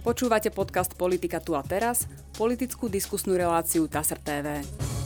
Počúvate podcast Politika tu a teraz, politickú diskusnú reláciu TASR TV.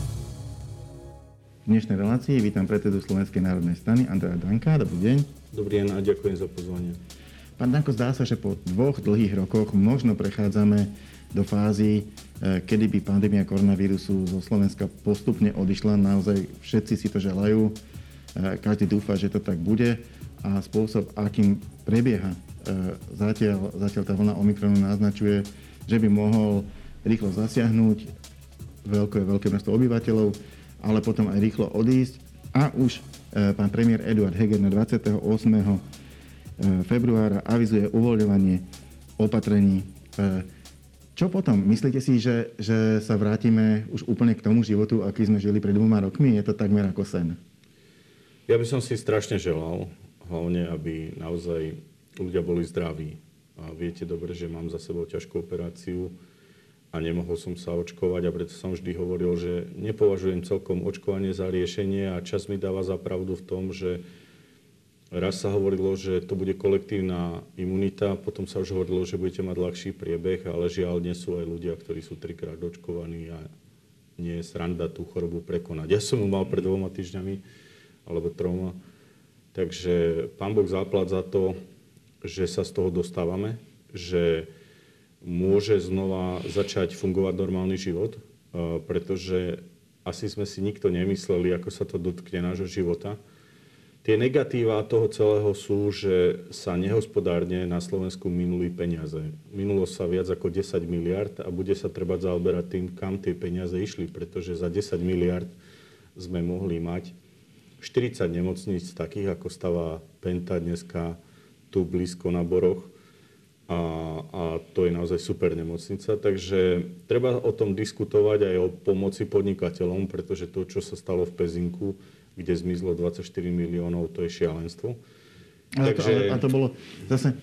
V dnešnej relácii vítam predsedu Slovenskej národnej strany Andreja Danka. Dobrý deň. Dobrý deň a ďakujem za pozvanie. Pán Danko, zdá sa, že po 2 dlhých rokoch možno prechádzame do fázy, kedy by pandémia koronavírusu zo Slovenska postupne odišla. Naozaj všetci si to želajú. Každý dúfa, že to tak bude. A spôsob, akým prebieha zatiaľ tá vlna Omikronu naznačuje, že by mohol rýchlo zasiahnuť veľké množstvo obyvateľov, ale potom aj rýchlo odísť. A už pán premiér Eduard Heger na 28. februára avizuje uvoľňovanie opatrení. Čo potom? Myslíte si, že sa vrátime už úplne k tomu životu, aký sme žili pred 2 rokmi? Je to takmer ako sen? Ja by som si strašne želal, hlavne, aby naozaj ľudia boli zdraví. A viete dobre, že mám za sebou ťažkú operáciu a nemohol som sa očkovať a preto som vždy hovoril, že nepovažujem celkom očkovanie za riešenie a čas mi dáva za pravdu v tom, že raz sa hovorilo, že to bude kolektívna imunita, potom sa už hovorilo, že budete mať ľahší priebeh, ale žiaľ, dnes sú aj ľudia, ktorí sú 3-krát očkovaní a nie je sranda tú chorobu prekonať. Ja som ju mal pred 2 týždňami alebo 3. Takže Pán Boh zaplať za to, že sa z toho dostávame, že môže znova začať fungovať normálny život, pretože asi sme si nikto nemysleli, ako sa to dotkne nášho života. Tie negatíva toho celého sú, že sa nehospodárne na Slovensku minuli peniaze. Minulo sa viac ako 10 miliard a bude sa treba zaoberať tým, kam tie peniaze išli, pretože za 10 miliard sme mohli mať 40 nemocníc takých, ako stáva Penta dneska tu blízko na Boroch. A to je naozaj super nemocnica. Takže treba o tom diskutovať aj o pomoci podnikateľom, pretože to, čo sa stalo v Pezinku, kde zmizlo 24 miliónov, to je šialenstvo. A to bolo zase...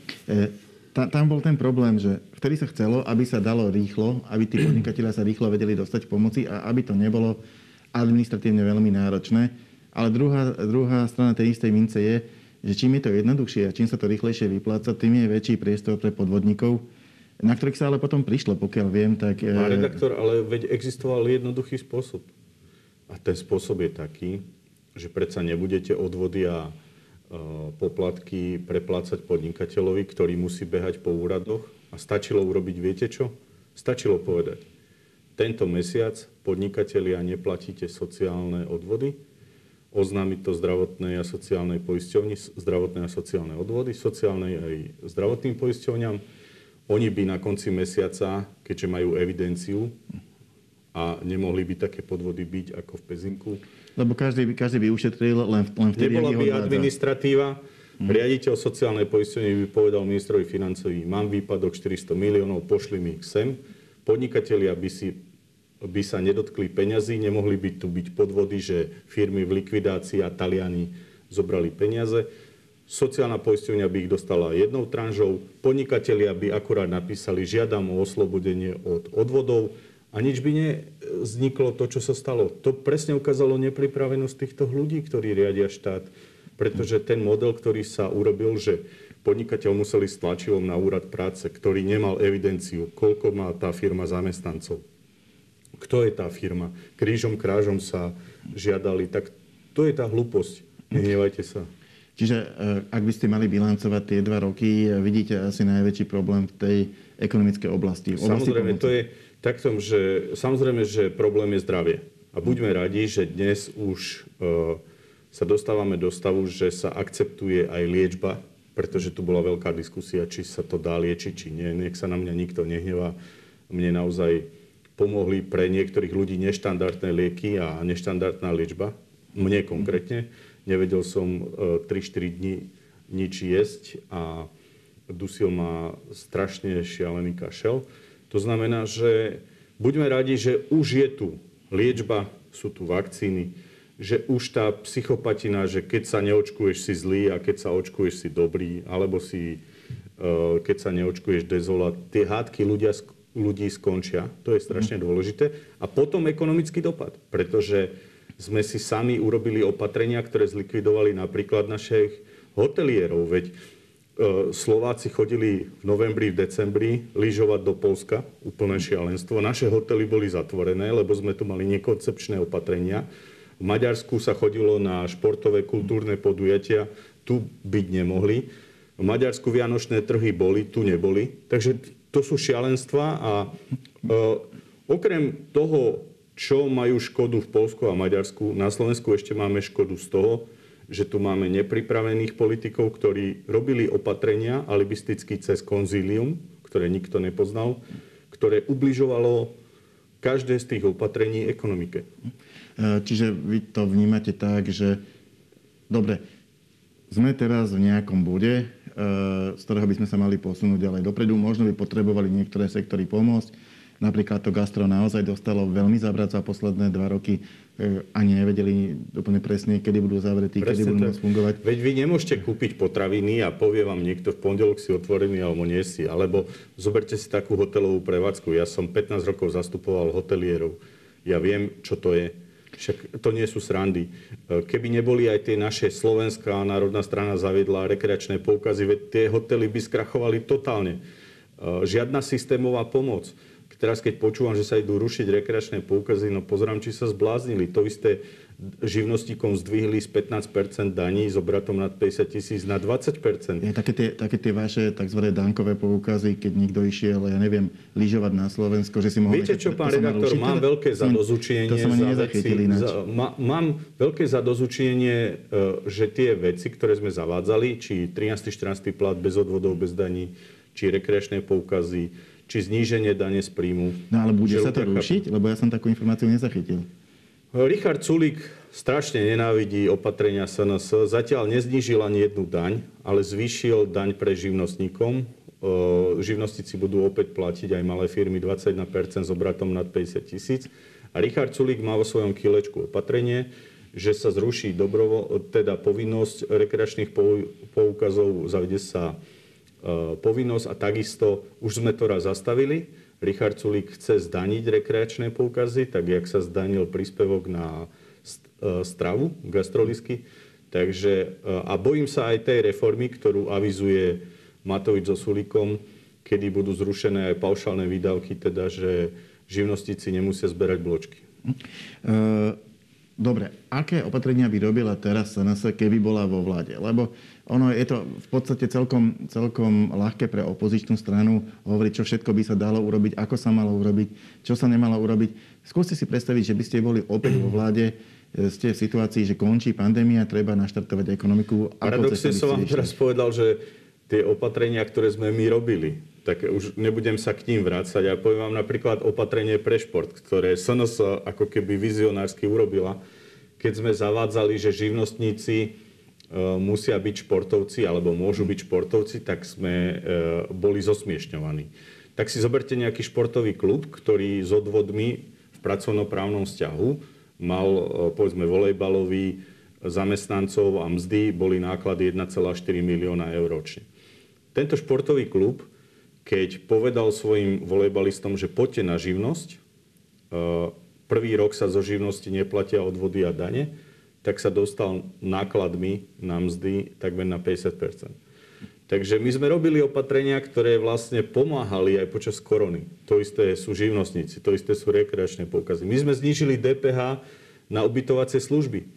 Tam bol ten problém, že vtedy sa chcelo, aby sa dalo rýchlo, aby tí podnikatelia sa rýchlo vedeli dostať pomoci a aby to nebolo administratívne veľmi náročné. Ale druhá strana tej istej mince je, že čím je to jednoduchšie a čím sa to rýchlejšie vypláca, tým je väčší priestor pre podvodníkov, na ktorých sa ale potom prišlo, pokiaľ viem, tak... Pán redaktor, ale veď existoval jednoduchý spôsob. A ten spôsob je taký, že predsa nebudete odvody a poplatky preplácať podnikateľovi, ktorý musí behať po úradoch. A stačilo urobiť, viete čo? Stačilo povedať, tento mesiac podnikatelia neplatíte sociálne odvody, oznámiť to zdravotnej a sociálnej poisťovni, zdravotné a sociálne odvody, sociálnej aj zdravotným poisťovňam. Oni by na konci mesiaca, keďže majú evidenciu a nemohli by také podvody byť ako v Pezinku. Lebo každý by ušetril len vtedy, nebola by administratíva. Riaditeľ sociálnej poisťovne by povedal ministrovi financií, mám výpadok 400 miliónov, pošli mi ich sem. Podnikatelia by sa nedotkli peňazí, nemohli by tu byť podvody, že firmy v likvidácii a Taliani zobrali peniaze. Sociálna poisťovňa by ich dostala jednou tranžou, podnikatelia by akurát napísali žiadam o oslobodenie od odvodov a nič by nevzniklo to, čo sa stalo. To presne ukázalo nepripravenosť týchto ľudí, ktorí riadia štát, pretože ten model, ktorý sa urobil, že podnikateľ museli s tlačivom na úrad práce, ktorý nemal evidenciu, koľko má tá firma zamestnancov. Kto je tá firma? Krížom, krážom sa žiadali. Tak to je tá hlúposť. Nehnevajte sa. Čiže ak by ste mali bilancovať tie 2 roky, vidíte asi najväčší problém v tej ekonomickej oblasti. Samozrejme, to je takto, že samozrejme, že problém je zdravie. A buďme radi, že dnes už sa dostávame do stavu, že sa akceptuje aj liečba, pretože tu bola veľká diskusia, či sa to dá liečiť, či nie. Nech sa na mňa nikto nehnevá. Mne naozaj pomohli pre niektorých ľudí neštandardné lieky a neštandardná liečba. Mne konkrétne. Nevedel som 3-4 dní nič jesť a dusil ma strašne šialený kašel. To znamená, že buďme radi, že už je tu liečba, sú tu vakcíny, že už tá psychopatina, že keď sa neočkuješ si zlý a keď sa očkuješ si dobrý, alebo keď sa neočkuješ dezolát, tie hádky ľudí skončia. To je strašne dôležité. A potom ekonomický dopad, pretože sme si sami urobili opatrenia, ktoré zlikvidovali napríklad našich hotelierov. Veď Slováci chodili v novembri, v decembri lyžovať do Poľska, úplné šialenstvo. Naše hotely boli zatvorené, lebo sme tu mali nekoncepčné opatrenia. V Maďarsku sa chodilo na športové, kultúrne podujatia, tu byť nemohli. V Maďarsku vianočné trhy boli, tu neboli. Takže to sú šialenstva a okrem toho, čo majú škodu v Poľsku a Maďarsku, na Slovensku ešte máme škodu z toho, že tu máme nepripravených politikov, ktorí robili opatrenia alibisticky cez konzílium, ktoré nikto nepoznal, ktoré ubližovalo každé z tých opatrení ekonomike. Čiže vy to vnímate tak, že dobre, sme teraz v nejakom bode, z ktorého by sme sa mali posunúť ďalej dopredu. Možno by potrebovali niektoré sektory pomôcť. Napríklad to gastro naozaj dostalo veľmi zabrať za posledné 2 roky. Ani nevedeli úplne presne, kedy budú zavretí, kedy budú môcť fungovať. Veď vy nemôžete kúpiť potraviny a povie vám niekto v pondelok si otvorený alebo nie si. Alebo zoberte si takú hotelovú prevádzku. Ja som 15 rokov zastupoval hotelierov. Ja viem, čo to je. Však to nie sú srandy. Keby neboli aj tie naše Slovenská národná strana zaviedla rekreačné poukazy, veď tie hotely by skrachovali totálne. Žiadna systémová pomoc. Teraz, keď počúvam, že sa idú rušiť rekreačné poukazy, no pozerám, či sa zbláznili. To isté živnostníkom zdvihli z 15% daní s obratom nad 50 000 na 20%. Také tie vaše tzv. Dánkové poukazy, keď niekto išiel, ja neviem, lyžovať na Slovensko, že si mohol... Viete čo, pán redaktor, mám veľké zadozučinenie za veci. Mám veľké zadozučinenie, že tie veci, ktoré sme zavádzali, či 13. 14. plat bez odvodov, bez daní, či rekreačné poukazy, či zníženie dane z príjmu. No ale bude sa to rušiť? Lebo ja som takú informáciu nezachytil. Richard Sulík strašne nenávidí opatrenia SNS. Zatiaľ neznížil ani jednu daň, ale zvýšil daň pre živnostníkom. Živnostníci budú opäť platiť aj malé firmy 21% s obratom nad 50 000. A Richard Sulík má vo svojom kilečku opatrenie, že sa zruší povinnosť rekreačných poukazov, zavede sa povinnosť a takisto už sme to raz zastavili. Richard Sulík chce zdaniť rekreačné poukazy, tak jak sa zdanil príspevok na stravu, gastrolisky. Takže, a bojím sa aj tej reformy, ktorú avizuje Matovič so Sulíkom, kedy budú zrušené aj paušálne výdavky, teda že živnostníci nemusia zberať bločky. Dobre, aké opatrenia by robila teraz SNS, keby bola vo vláde? Lebo ono je to v podstate celkom ľahké pre opozičnú stranu hovoriť, čo všetko by sa dalo urobiť, ako sa malo urobiť, čo sa nemalo urobiť. Skúste si predstaviť, že by ste boli opäť vo vláde, ste v situácii, že končí pandémia, treba naštartovať ekonomiku. Paradoxne som vám teraz povedal, že tie opatrenia, ktoré sme my robili, tak už nebudem sa k ním vrácať. Ja poviem vám napríklad opatrenie pre šport, ktoré SNS ako keby vizionársky urobila, keď sme zavádzali, že živnostníci musia byť športovci alebo môžu byť športovci, tak sme boli zosmiešňovaní. Tak si zoberte nejaký športový klub, ktorý s odvodmi v pracovnoprávnom vzťahu mal, povedzme, volejbalový zamestnancov a mzdy boli náklady 1,4 milióna eur ročne. Tento športový klub, keď povedal svojim volejbalistom, že poďte na živnosť, prvý rok sa zo živnosti neplatia odvody a dane, tak sa dostal nákladmi na mzdy takmer na 50%. Takže my sme robili opatrenia, ktoré vlastne pomáhali aj počas korony. To isté sú živnostníci, to isté sú rekreačné poukazy. My sme znížili DPH na ubytovacie služby.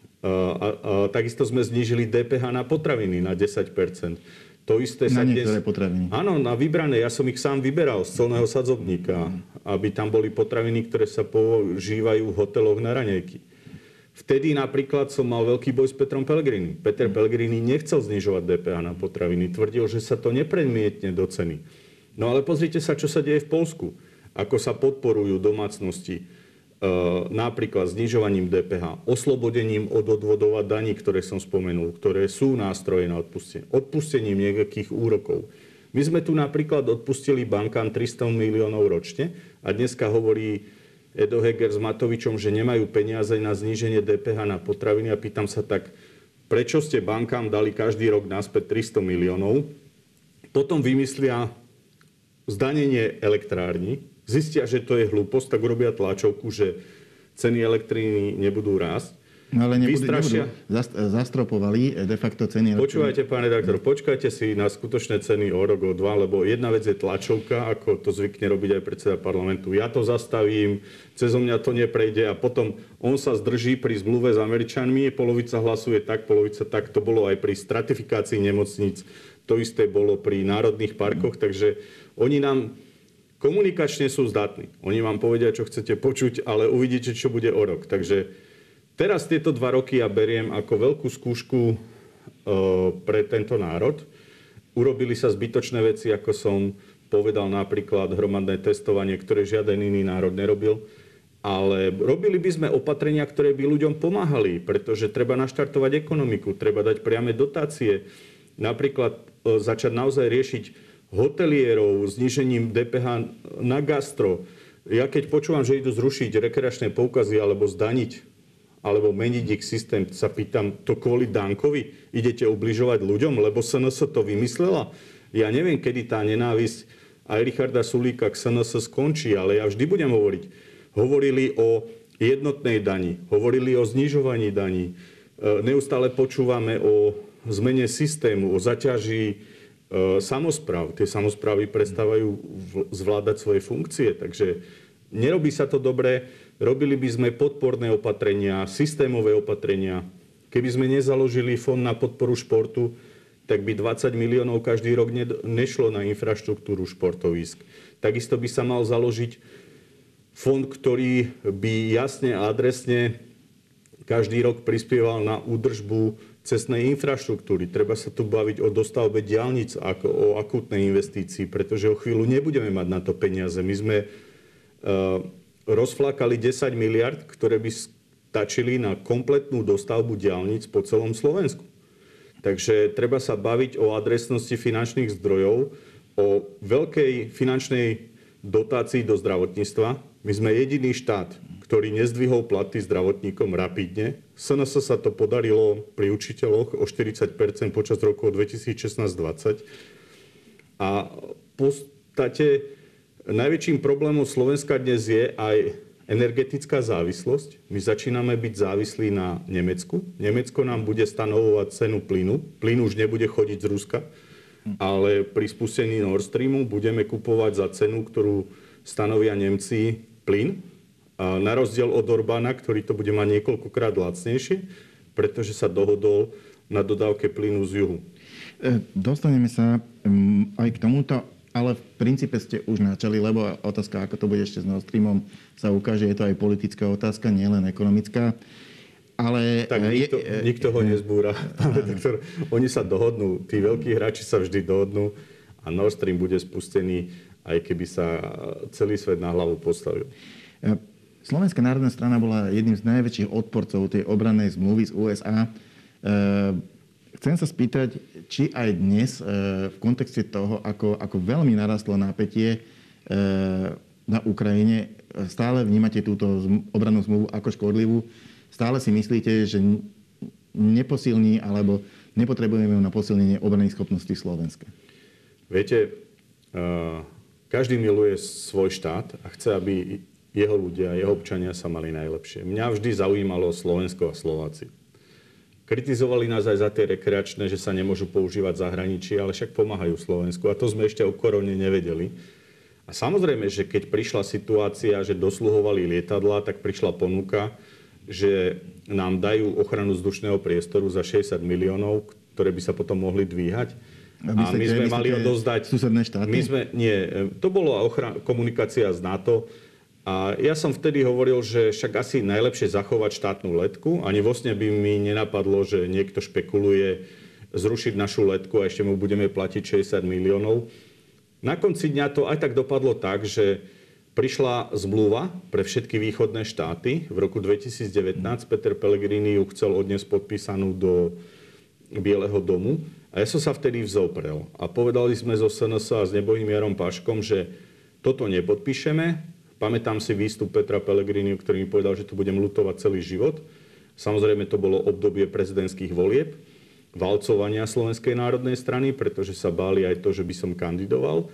Takisto sme znížili DPH na potraviny na 10%. To isté na niektoré potraviny. Áno, na vybrané. Ja som ich sám vyberal z colného sadzobníka, aby tam boli potraviny, ktoré sa používajú v hoteloch na raňajky. Vtedy napríklad som mal veľký boj s Petrom Pellegrini. Peter Pellegrini nechcel znižovať DPH na potraviny. Tvrdil, že sa to nepremietne do ceny. No ale pozrite sa, čo sa deje v Poľsku. Ako sa podporujú domácnosti napríklad znižovaním DPH, oslobodením od odvodov a daní, ktoré som spomenul, ktoré sú nástroje na odpustenie, odpustením nejakých úrokov. My sme tu napríklad odpustili bankám 300 miliónov ročne a dneska hovorí Edo Heger s Matovičom, že nemajú peniaze na zníženie DPH na potraviny a pýtam sa tak, prečo ste bankám dali každý rok naspäť 300 miliónov, potom vymyslia zdanenie elektrární, zistia, že to je hlúposť, tak urobia tlačovku, že ceny elektriny nebudú rásť. No ale nebudú, zastropovali de facto ceny. Počúvajte, pán redaktor, počkajte si na skutočné ceny o rok, o dva, lebo jedna vec je tlačovka, ako to zvykne robiť aj predseda parlamentu. Ja to zastavím, cez mňa to neprejde a potom on sa zdrží pri zmluve s Američanmi, polovica hlasuje tak, polovica tak. To bolo aj pri stratifikácii nemocníc, to isté bolo pri národných parkoch, takže oni nám komunikačne sú zdatní. Oni vám povedia, čo chcete počuť, ale uvidíte, čo bude o rok. Takže teraz tieto 2 roky ja beriem ako veľkú skúšku pre tento národ. Urobili sa zbytočné veci, ako som povedal, napríklad hromadné testovanie, ktoré žiaden iný národ nerobil. Ale robili by sme opatrenia, ktoré by ľuďom pomáhali, pretože treba naštartovať ekonomiku, treba dať priame dotácie. Napríklad začať naozaj riešiť hotelierov, znížením DPH na gastro. Ja keď počúvam, že idú zrušiť rekreačné poukazy alebo zdaniť alebo meniť ich systém, sa pýtam, to kvôli Dankovi idete ubližovať ľuďom, lebo SNS to vymyslela? Ja neviem, kedy tá nenávisť aj Richarda Sulíka k SNS skončí, ale ja vždy budem hovoriť. Hovorili o jednotnej dani, hovorili o znižovaní daní. Neustále počúvame o zmene systému, o zaťaží samospráv. Tie samosprávy prestávajú zvládať svoje funkcie, takže nerobí sa to dobre. Robili by sme podporné opatrenia, systémové opatrenia. Keby sme nezaložili fond na podporu športu, tak by 20 miliónov každý rok nešlo na infraštruktúru športovísk. Takisto by sa mal založiť fond, ktorý by jasne a adresne každý rok prispieval na údržbu cestnej infraštruktúry. Treba sa tu baviť o dostavbe diaľnic ako o akútnej investícii, pretože o chvíľu nebudeme mať na to peniaze. My sme rozflákali 10 miliard, ktoré by stačili na kompletnú dostavbu diaľnic po celom Slovensku. Takže treba sa baviť o adresnosti finančných zdrojov, o veľkej finančnej dotácii do zdravotníctva. My sme jediný štát, ktorý nezdvihol platy zdravotníkom rapidne. SNS sa to podarilo pri učiteľoch o 40% počas rokov 2016-2020. A v podstate najväčším problémom Slovenska dnes je aj energetická závislosť. My začíname byť závislí na Nemecku. Nemecko nám bude stanovovať cenu plynu. Plyn už nebude chodiť z Ruska, ale pri spustení Nord Streamu budeme kupovať za cenu, ktorú stanovia Nemci plyn. A na rozdiel od Orbána, ktorý to bude mať niekoľkokrát lacnejšie, pretože sa dohodol na dodávke plynu z juhu. Dostaneme sa aj k tomuto. Ale v princípe ste už načali, lebo otázka, ako to bude ešte s Nord Streamom, sa ukáže, je to aj politická otázka, nielen ekonomická. Ale tak nikto ho nezbúra, pán redaktor. Oni sa dohodnú, tí veľkí hráči sa vždy dohodnú a Nord Stream bude spustený, aj keby sa celý svet na hlavu postavil. Slovenská národná strana bola jedným z najväčších odporcov tej obrannej zmluvy z USA. Chcem sa spýtať, či aj dnes v kontexte toho, ako veľmi narastlo napätie na Ukrajine, stále vnímate túto obrannú zmluvu ako škodlivú? Stále si myslíte, že neposilní alebo nepotrebujeme na posilnenie obranných schopností Slovenska? Viete, každý miluje svoj štát a chce, aby jeho ľudia, jeho občania sa mali najlepšie. Mňa vždy zaujímalo Slovensko a Slováci. Kritizovali nás aj za tie rekreačné, že sa nemôžu používať v zahraničí, ale však pomáhajú Slovensku. A to sme ešte o korone nevedeli. A samozrejme, že keď prišla situácia, že dosluhovali lietadlá, tak prišla ponuka, že nám dajú ochranu vzdušného priestoru za 60 miliónov, ktoré by sa potom mohli dvíhať. A my sme mali odozdať... Susedné štáty? To bola komunikácia z NATO. A ja som vtedy hovoril, že však asi najlepšie zachovať štátnu letku. Ani vlastne by mi nenapadlo, že niekto špekuluje zrušiť našu letku a ešte mu budeme platiť 60 miliónov. Na konci dňa to aj tak dopadlo tak, že prišla zmluva pre všetky východné štáty. V roku 2019 Peter Pellegrini ju chcel odniesť podpísanú do Bieleho domu. A ja som sa vtedy vzoprel. A povedali sme zo SNS a s Nebojím Paškom, že toto nepodpíšeme. Pamätám si výstup Petra Pellegriniho, ktorý mi povedal, že tu budem ľutovať celý život. Samozrejme, to bolo obdobie prezidentských volieb, valcovania Slovenskej národnej strany, pretože sa báli aj to, že by som kandidoval.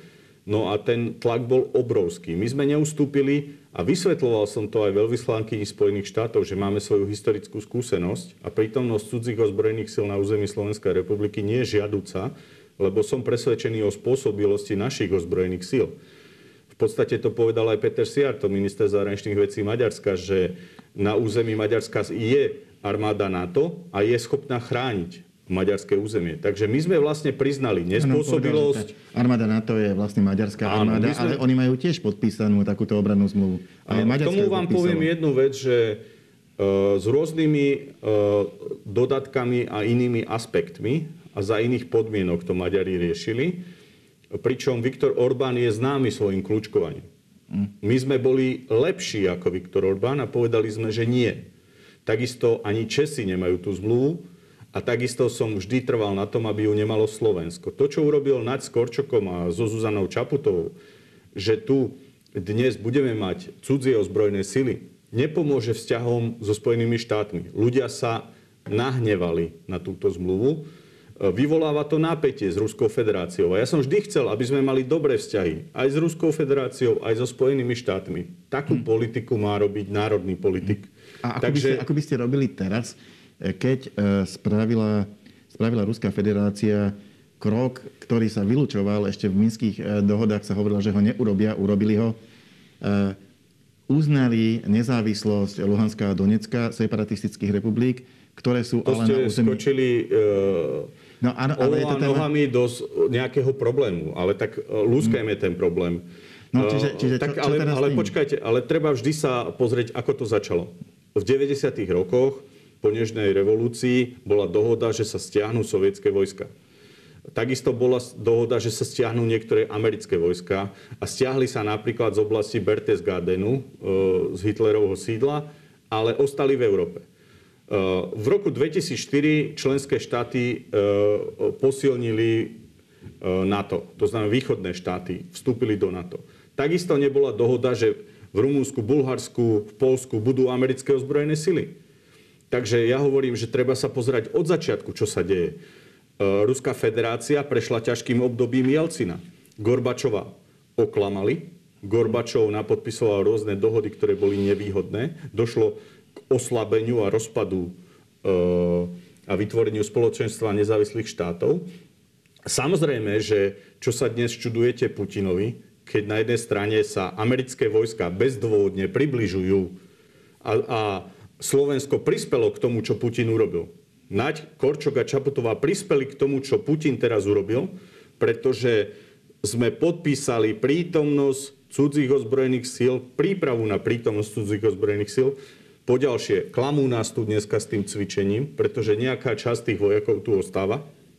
No a ten tlak bol obrovský. My sme neustúpili a vysvetľoval som to aj veľvyslankyni Spojených štátov, že máme svoju historickú skúsenosť a prítomnosť cudzích ozbrojených síl na území Slovenskej republiky nie je žiaduca, lebo som presvedčený o spôsobilosti našich ozbrojených síl. V podstate to povedal aj Peter Szijjártó, minister zahraničných vecí Maďarska, že na území Maďarska je armáda NATO a je schopná chrániť maďarské územie. Takže my sme vlastne priznali nespôsobilosť. Armáda NATO je vlastne maďarská armáda, ale oni majú tiež podpísanú takúto obrannú zmluvu. K tomu vám poviem jednu vec, že s rôznymi dodatkami a inými aspektmi a za iných podmienok to Maďari riešili, pričom Viktor Orbán je známy svojim kľúčkovaním. My sme boli lepší ako Viktor Orbán a povedali sme, že nie. Takisto ani Česi nemajú tú zmluvu, a takisto som vždy trval na tom, aby ju nemalo Slovensko. To, čo urobil Naď s Korčokom a so Zuzanou Čaputovou, že tu dnes budeme mať cudzie ozbrojené sily, nepomôže vzťahom so Spojenými štátmi. Ľudia sa nahnevali na túto zmluvu. Vyvoláva to napätie s Ruskou federáciou. A ja som vždy chcel, aby sme mali dobré vzťahy aj s Ruskou federáciou, aj so Spojenými štátmi. Takú politiku má robiť národný politik. A ako by ste robili teraz, keď spravila Ruská federácia krok, ktorý sa vylučoval, ešte v minských dohodách sa hovorilo, že ho neurobia, urobili ho, uznali nezávislosť Luhanska a Donecka, separatistických republik, ktoré sú ale na území... skočili nohami do nejakého problému, ale tak lúskajme ten problém. No, čiže ale počkajte, ale treba vždy sa pozrieť, ako to začalo. V 90. rokoch po nežnej revolúcii bola dohoda, že sa stiahnu sovietské vojska. Takisto bola dohoda, že sa stiahnu niektoré americké vojska a stiahli sa napríklad z oblasti Berchtesgadenu, z Hitlerovho sídla, ale ostali v Európe. V roku 2004 členské štáty posilnili NATO, to znamená východné štáty vstúpili do NATO. Takisto nebola dohoda, že v Rumunsku, Bulharsku, v Poľsku budú americké ozbrojené sily. Takže ja hovorím, že treba sa pozerať od začiatku, čo sa deje. Ruská federácia prešla ťažkým obdobím Jelcina. Gorbačova oklamali. Gorbačov napodpisoval rôzne dohody, ktoré boli nevýhodné. Došlo k oslabeniu a rozpadu a vytvoreniu spoločenstva nezávislých štátov. Samozrejme, že čo sa dnes čudujete Putinovi, keď na jednej strane sa americké vojska bezdôvodne približujú a Slovensko prispelo k tomu, čo Putin urobil. Naď, Korčok a Čaputová prispeli k tomu, čo Putin teraz urobil, pretože sme podpísali prítomnosť cudzích ozbrojených síl, prípravu na prítomnosť cudzích ozbrojených síl. Poďalšie, klamú nás tu dneska s tým cvičením, pretože nejaká časť tých vojakov tu ostáva.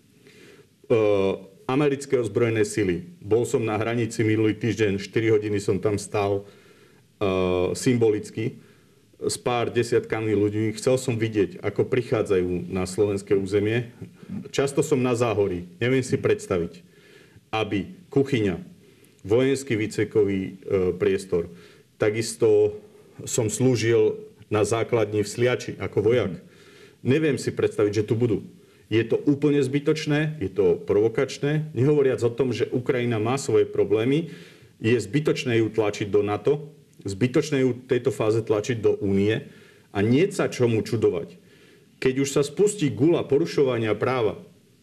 Americké ozbrojené sily. Bol som na hranici minulý týždeň, 4 hodiny som tam stál symbolicky s pár desiatkami ľudí. Chcel som vidieť, ako prichádzajú na slovenské územie. Často som na Záhorí. Neviem si predstaviť, aby kuchyňa, vojenský výcvikový priestor. Takisto som slúžil na základni v Sliači ako vojak. Neviem si predstaviť, že tu budú. Je to úplne zbytočné, je to provokačné. Nehovoriac o tom, že Ukrajina má svoje problémy, je zbytočné ju tlačiť do NATO, zbytočné ju v tejto fáze tlačiť do Únie a nie sa čomu čudovať. Keď už sa spustí gula porušovania práva,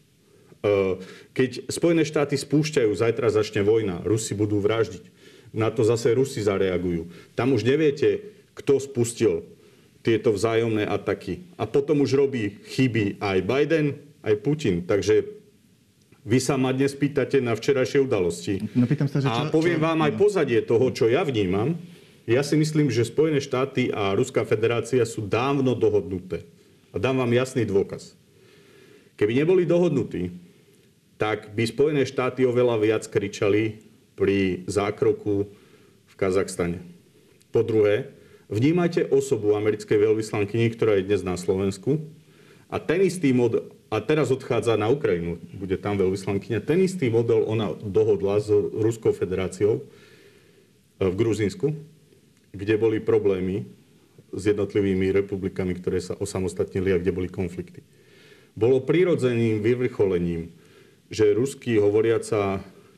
keď Spojené štáty spúšťajú, zajtra začne vojna, Rusi budú vraždiť, na to zase Rusi zareagujú. Tam už neviete, kto spustil tieto vzájomné ataky. A potom už robí chyby aj Biden, aj Putin. Takže vy sa ma dnes pýtate na včerajšie udalosti. No, pýtam sa, že poviem vám aj pozadie toho, čo ja vnímam. Ja si myslím, že Spojené štáty a Ruská federácia sú dávno dohodnuté. A dám vám jasný dôkaz. Keby neboli dohodnutí, tak by Spojené štáty oveľa viac kričali pri zákroku v Kazachstane. Po druhé, vnímajte osobu americkej veľvyslankyni, ktorá je dnes na Slovensku. A ten istý model, a teraz odchádza na Ukrajinu, bude tam veľvyslankyňa, ten istý model ona dohodla s Ruskou federáciou v Gruzínsku, kde boli problémy s jednotlivými republikami, ktoré sa osamostatnili a kde boli konflikty. Bolo prirodzeným vyvrcholením, že ruský hovoriaca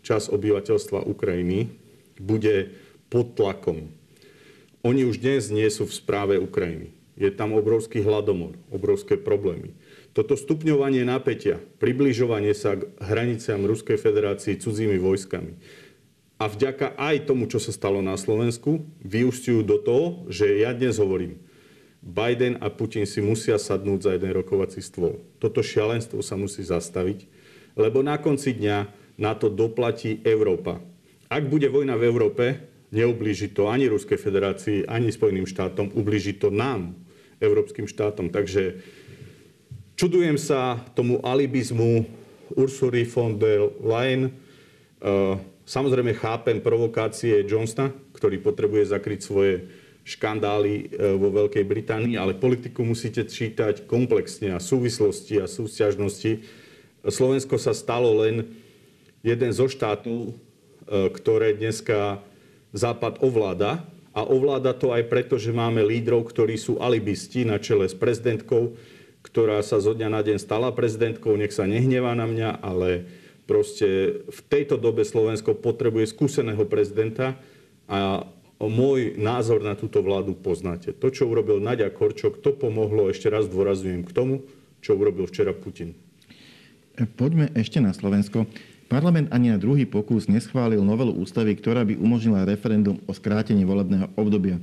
časť obyvateľstva Ukrajiny bude pod tlakom. Oni už dnes nie sú v správe Ukrajiny. Je tam obrovský hladomor, obrovské problémy. Toto stupňovanie napätia, približovanie sa k hraniciam Ruskej federácii cudzími vojskami a vďaka aj tomu, čo sa stalo na Slovensku, vyúsťujú do toho, že ja dnes hovorím, Biden a Putin si musia sadnúť za jeden rokovací stôl. Toto šialenstvo sa musí zastaviť, lebo na konci dňa na to doplatí Európa. Ak bude vojna v Európe, neublíži to ani Ruskej federácii, ani Spojeným štátom, ublíži to nám, európskym štátom. Takže čudujem sa tomu alibizmu Ursuly von der Leyen. Samozrejme chápem provokácie Johnsona, ktorý potrebuje zakryť svoje škandály vo Veľkej Británii, ale politiku musíte čítať komplexne a súvislosti a súťažnosti. Slovensko sa stalo len jeden zo štátov, ktoré dneska Západ ovláda. A ovláda to aj preto, že máme lídrov, ktorí sú alibisti na čele s prezidentkou, ktorá sa zo dňa na deň stala prezidentkou. Nech sa nehnevá na mňa, ale proste v tejto dobe Slovensko potrebuje skúseného prezidenta a môj názor na túto vládu poznáte. To, čo urobil Naďa Korčok, to pomohlo, ešte raz dôrazňujem, k tomu, čo urobil včera Putin. Poďme ešte na Slovensko. Parlament ani na druhý pokus neschválil novelu ústavy, ktorá by umožnila referendum o skrátení volebného obdobia.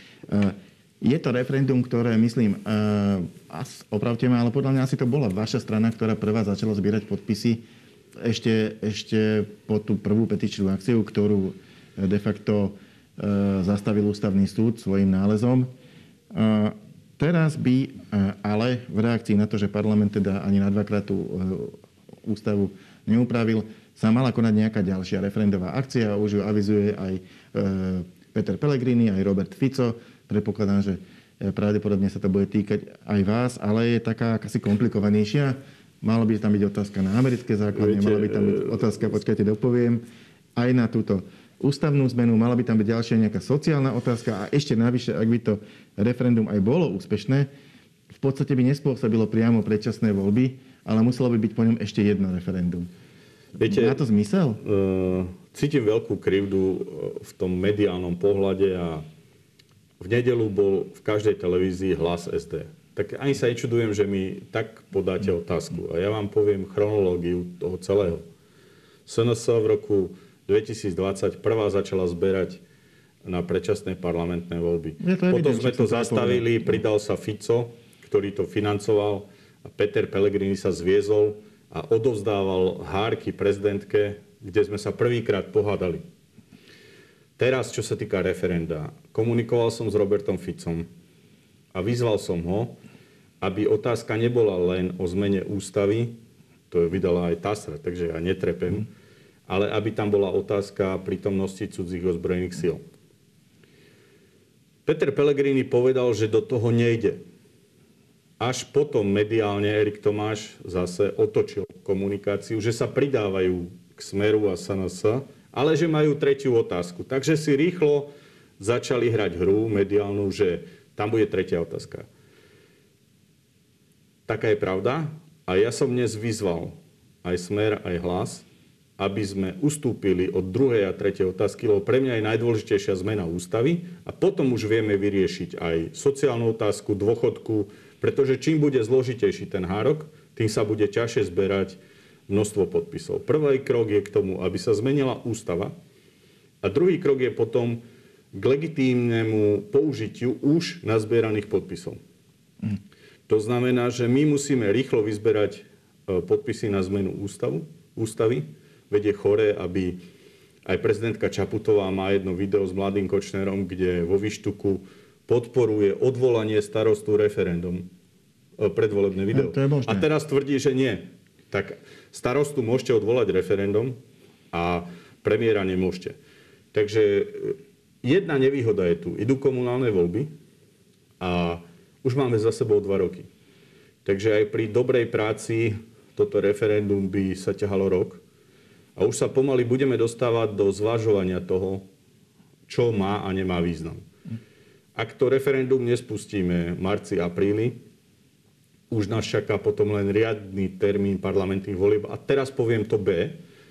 Je to referendum, ktoré, myslím, opravte ma, ale podľa mňa asi to bola vaša strana, ktorá prvá začala zbierať podpisy ešte po tú prvú petičnú akciu, ktorú de facto zastavil ústavný súd svojím nálezom. Teraz by ale v reakcii na to, že parlament teda ani na dvakrát tú ústavu neupravil, sa mala konať nejaká ďalšia referendová akcia. Už ju avizuje aj Peter Pellegrini, aj Robert Fico. Predpokladám, že pravdepodobne sa to bude týkať aj vás, ale je taká asi komplikovanejšia. Mala by tam byť otázka na americké základne, mala by tam byť otázka, počkajte, dopoviem, aj na túto ústavnú zmenu, mala by tam byť ďalšia nejaká sociálna otázka a ešte navyše, ak by to referendum aj bolo úspešné, v podstate by nespôsobilo priamo predčasné voľby, ale muselo by byť po ňom ešte jedno referendum. Viete, má to zmysel? Cítim veľkú krivdu v tom mediálnom pohľade a v nedeľu bol v každej televízii hlas SD. Tak ani sa nečudujem, že mi tak podáte otázku. A ja vám poviem chronológiu toho celého. SNS v roku 2020 prvá začala zberať na predčasné parlamentné voľby. Potom sme to zastavili, pridal sa Fico, ktorý to financoval, a Peter Pellegrini sa zviezol a odovzdával hárky prezidentke, kde sme sa prvýkrát pohádali. Teraz, čo sa týka referenda, komunikoval som s Robertom Ficom a vyzval som ho, aby otázka nebola len o zmene ústavy, to vydala aj TASR, takže ja netrepem, ale aby tam bola otázka prítomnosti cudzích ozbrojených síl. Peter Pellegrini povedal, že do toho nejde. Až potom mediálne Erik Tomáš zase otočil komunikáciu, že sa pridávajú k Smeru a SNS, ale že majú tretiu otázku. Takže si rýchlo začali hrať hru mediálnu, že tam bude tretia otázka. Taká je pravda. A ja som dnes vyzval aj Smer, aj Hlas, aby sme ustúpili od druhej a tretej otázky, lebo pre mňa je najdôležitejšia zmena ústavy a potom už vieme vyriešiť aj sociálnu otázku, dôchodku, pretože čím bude zložitejší ten hárok, tým sa bude ťažšie zberať množstvo podpisov. Prvý krok je k tomu, aby sa zmenila ústava a druhý krok je potom k legitímnemu použitiu už nazbieraných podpisov. To znamená, že my musíme rýchlo vyzberať podpisy na zmenu ústavy. Veď je choré, aby aj prezidentka Čaputová má jedno video s mladým Kočnerom, kde vo výštuku podporuje odvolanie starostu referendum. Predvolebné video. A teraz tvrdí, že nie. Tak starostu môžete odvolať referendum a premiéra nemôžete. Takže jedna nevýhoda je tu. Idú komunálne voľby a už máme za sebou 2 roky. Takže aj pri dobrej práci toto referendum by sa ťahalo rok. A už sa pomaly budeme dostávať do zvažovania toho, čo má a nemá význam. Ak to referendum nespustíme v marci, apríli, už nás čaká potom len riadny termín parlamentných volieb. A teraz poviem to B.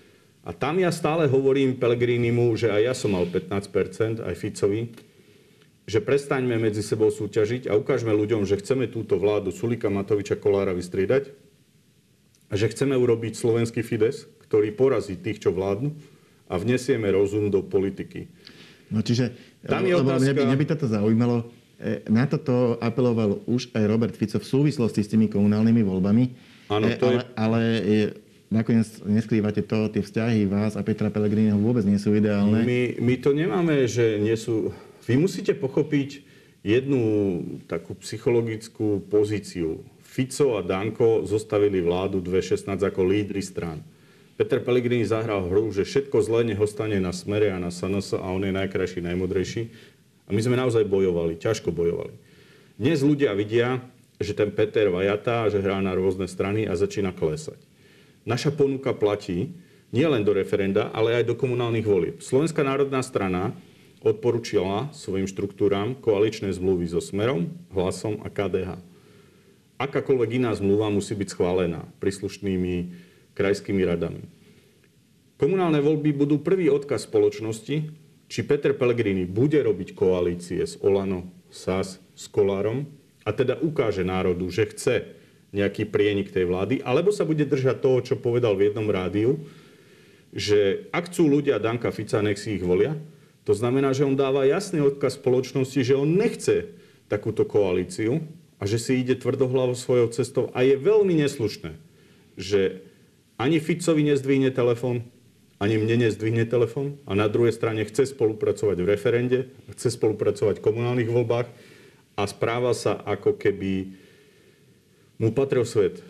A tam ja stále hovorím Pellegrinimu, že aj ja som mal 15%, aj Ficovi, že prestaňme medzi sebou súťažiť a ukážme ľuďom, že chceme túto vládu Sulíka, Matoviča, Kollára vystriedať a že chceme urobiť slovenský Fides, ktorý porazí tých, čo vládnu a vnesieme rozum do politiky. No čiže, tam je otázka... mňa by toto zaujímalo, na toto apeloval už aj Robert Fico v súvislosti s tými komunálnymi voľbami, Áno, ale nakoniec neskrývate to, tie vzťahy vás a Petra Pellegriniho vôbec nie sú ideálne. My to nemáme, že nie sú... Vy musíte pochopiť jednu takú psychologickú pozíciu. Fico a Danko zostavili vládu 2016 ako lídri strán. Peter Pellegrini zahral hru, že všetko zlé nech ostane na Smere a na SNS a on je najkrajší, najmodrejší. A my sme naozaj bojovali, ťažko bojovali. Dnes ľudia vidia, že ten Peter vajatá, že hrá na rôzne strany a začína klesať. Naša ponuka platí nielen do referenda, ale aj do komunálnych volieb. Slovenská národná strana odporúčila svojim štruktúram koaličné zmluvy so Smerom, Hlasom a KDH. Akákoľvek iná zmluva musí byť schválená príslušnými krajskými radami. Komunálne voľby budú prvý odkaz spoločnosti, či Peter Pellegrini bude robiť koalície s Olano, SAS, s Kollárom a teda ukáže národu, že chce nejaký prienik tej vlády, alebo sa bude držať toho, čo povedal v jednom rádiu, že ak chcú ľudia Danka Fica, nech si ich volia. To znamená, že on dáva jasný odkaz spoločnosti, že on nechce takúto koalíciu a že si ide tvrdohlavo svojou cestou. A je veľmi neslušné, že ani Ficovi nezdvihne telefón, ani mne nezdvihne telefón a na druhej strane chce spolupracovať v referende, chce spolupracovať v komunálnych voľbách a správa sa, ako keby mu patril svet.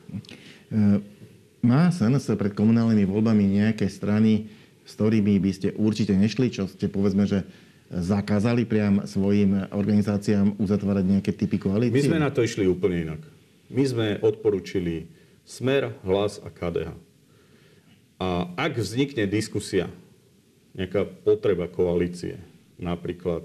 Má SNS pred komunálnymi voľbami nejaké strany, s ktorými by ste určite nešli, čo ste povedzme, že zakázali priam svojim organizáciám uzatvárať nejaké typy koalícií? My sme na to išli úplne inak. My sme odporúčili Smer, Hlas a KDH. A ak vznikne diskusia, nejaká potreba koalície, napríklad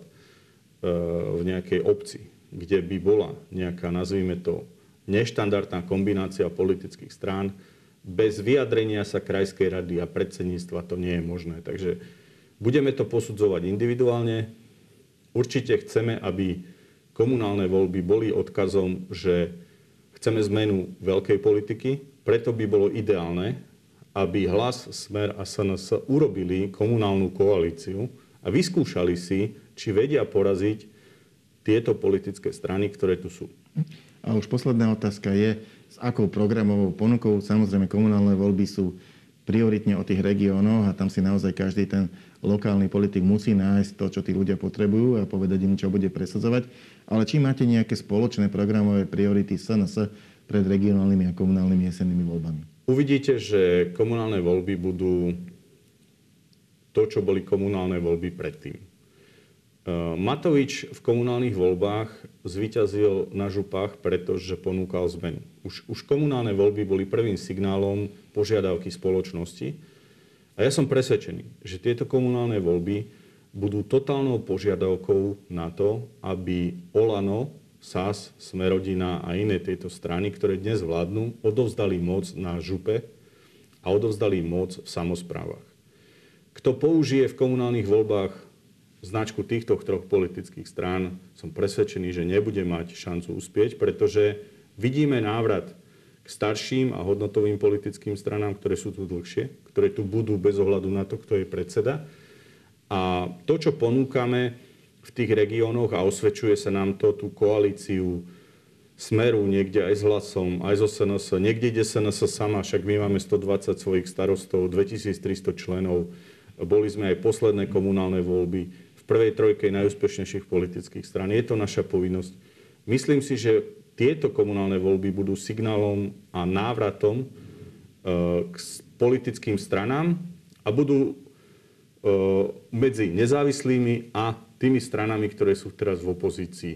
v nejakej obci, kde by bola nejaká, nazvime to, neštandardná kombinácia politických strán, bez vyjadrenia sa krajskej rady a predsedníctva to nie je možné. Takže budeme to posudzovať individuálne. Určite chceme, aby komunálne voľby boli odkazom, že chceme zmenu veľkej politiky, preto by bolo ideálne, aby Hlas, Smer a SNS urobili komunálnu koalíciu a vyskúšali si, či vedia poraziť tieto politické strany, ktoré tu sú. A už posledná otázka je, s akou programovou ponukou. Samozrejme, komunálne voľby sú prioritne o tých regiónoch a tam si naozaj každý ten lokálny politik musí nájsť to, čo tí ľudia potrebujú a povedať im, čo bude presadzovať. Ale či máte nejaké spoločné programové priority SNS pred regionálnymi a komunálnymi jesennými voľbami? Uvidíte, že komunálne voľby budú to, čo boli komunálne voľby predtým. Matovič v komunálnych voľbách zvíťazil na župách, pretože ponúkal zmenu. Už komunálne voľby boli prvým signálom požiadavky spoločnosti. A ja som presvedčený, že tieto komunálne voľby budú totálnou požiadavkou na to, aby Olano, SAS, Smerodina a iné tieto strany, ktoré dnes vládnu, odovzdali moc na župe a odovzdali moc v samosprávach. Kto použije v komunálnych voľbách značku týchto troch politických strán, som presvedčený, že nebude mať šancu uspieť, pretože vidíme návrat k starším a hodnotovým politickým stranám, ktoré sú tu dlhšie, ktoré tu budú bez ohľadu na to, kto je predseda. A to, čo ponúkame v tých regiónoch a osvedčuje sa nám to, tú koalíciu Smeru niekde aj s Hlasom, aj so SNS, niekde ide SNS sama, však my máme 120 svojich starostov, 2300 členov, boli sme aj posledné komunálne voľby v prvej trojke najúspešnejších politických strán. Je to naša povinnosť. Myslím si, že tieto komunálne voľby budú signálom a návratom k politickým stranám a budú medzi nezávislými a tými stranami, ktoré sú teraz v opozícii.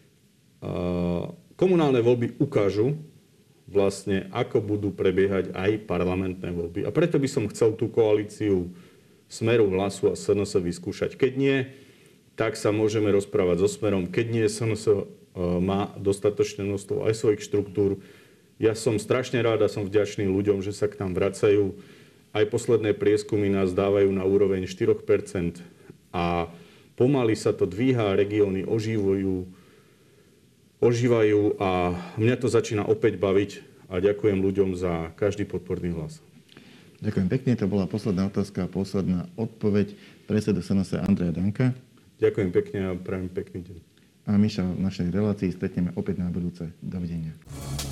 Komunálne voľby ukážu vlastne, ako budú prebiehať aj parlamentné voľby. A preto by som chcel tú koalíciu Smeru, Hlasu a SNS vyskúšať. Keď nie, tak sa môžeme rozprávať so Smerom. Keď nie, SNS má dostatočné množstvo aj svojich štruktúr. Ja som strašne rád a som vďačný ľuďom, že sa k nám vracajú. Aj posledné prieskumy nás dávajú na úroveň 4% a pomaly sa to dvíha, regióny ožívajú a mňa to začína opäť baviť a ďakujem ľuďom za každý podporný hlas. Ďakujem pekne, to bola posledná otázka a posledná odpoveď predsedu SNS Andreja Danka. Ďakujem pekne a prajem pekný deň. A my sa v našej relácii stretneme opäť na budúce. Dovidenia.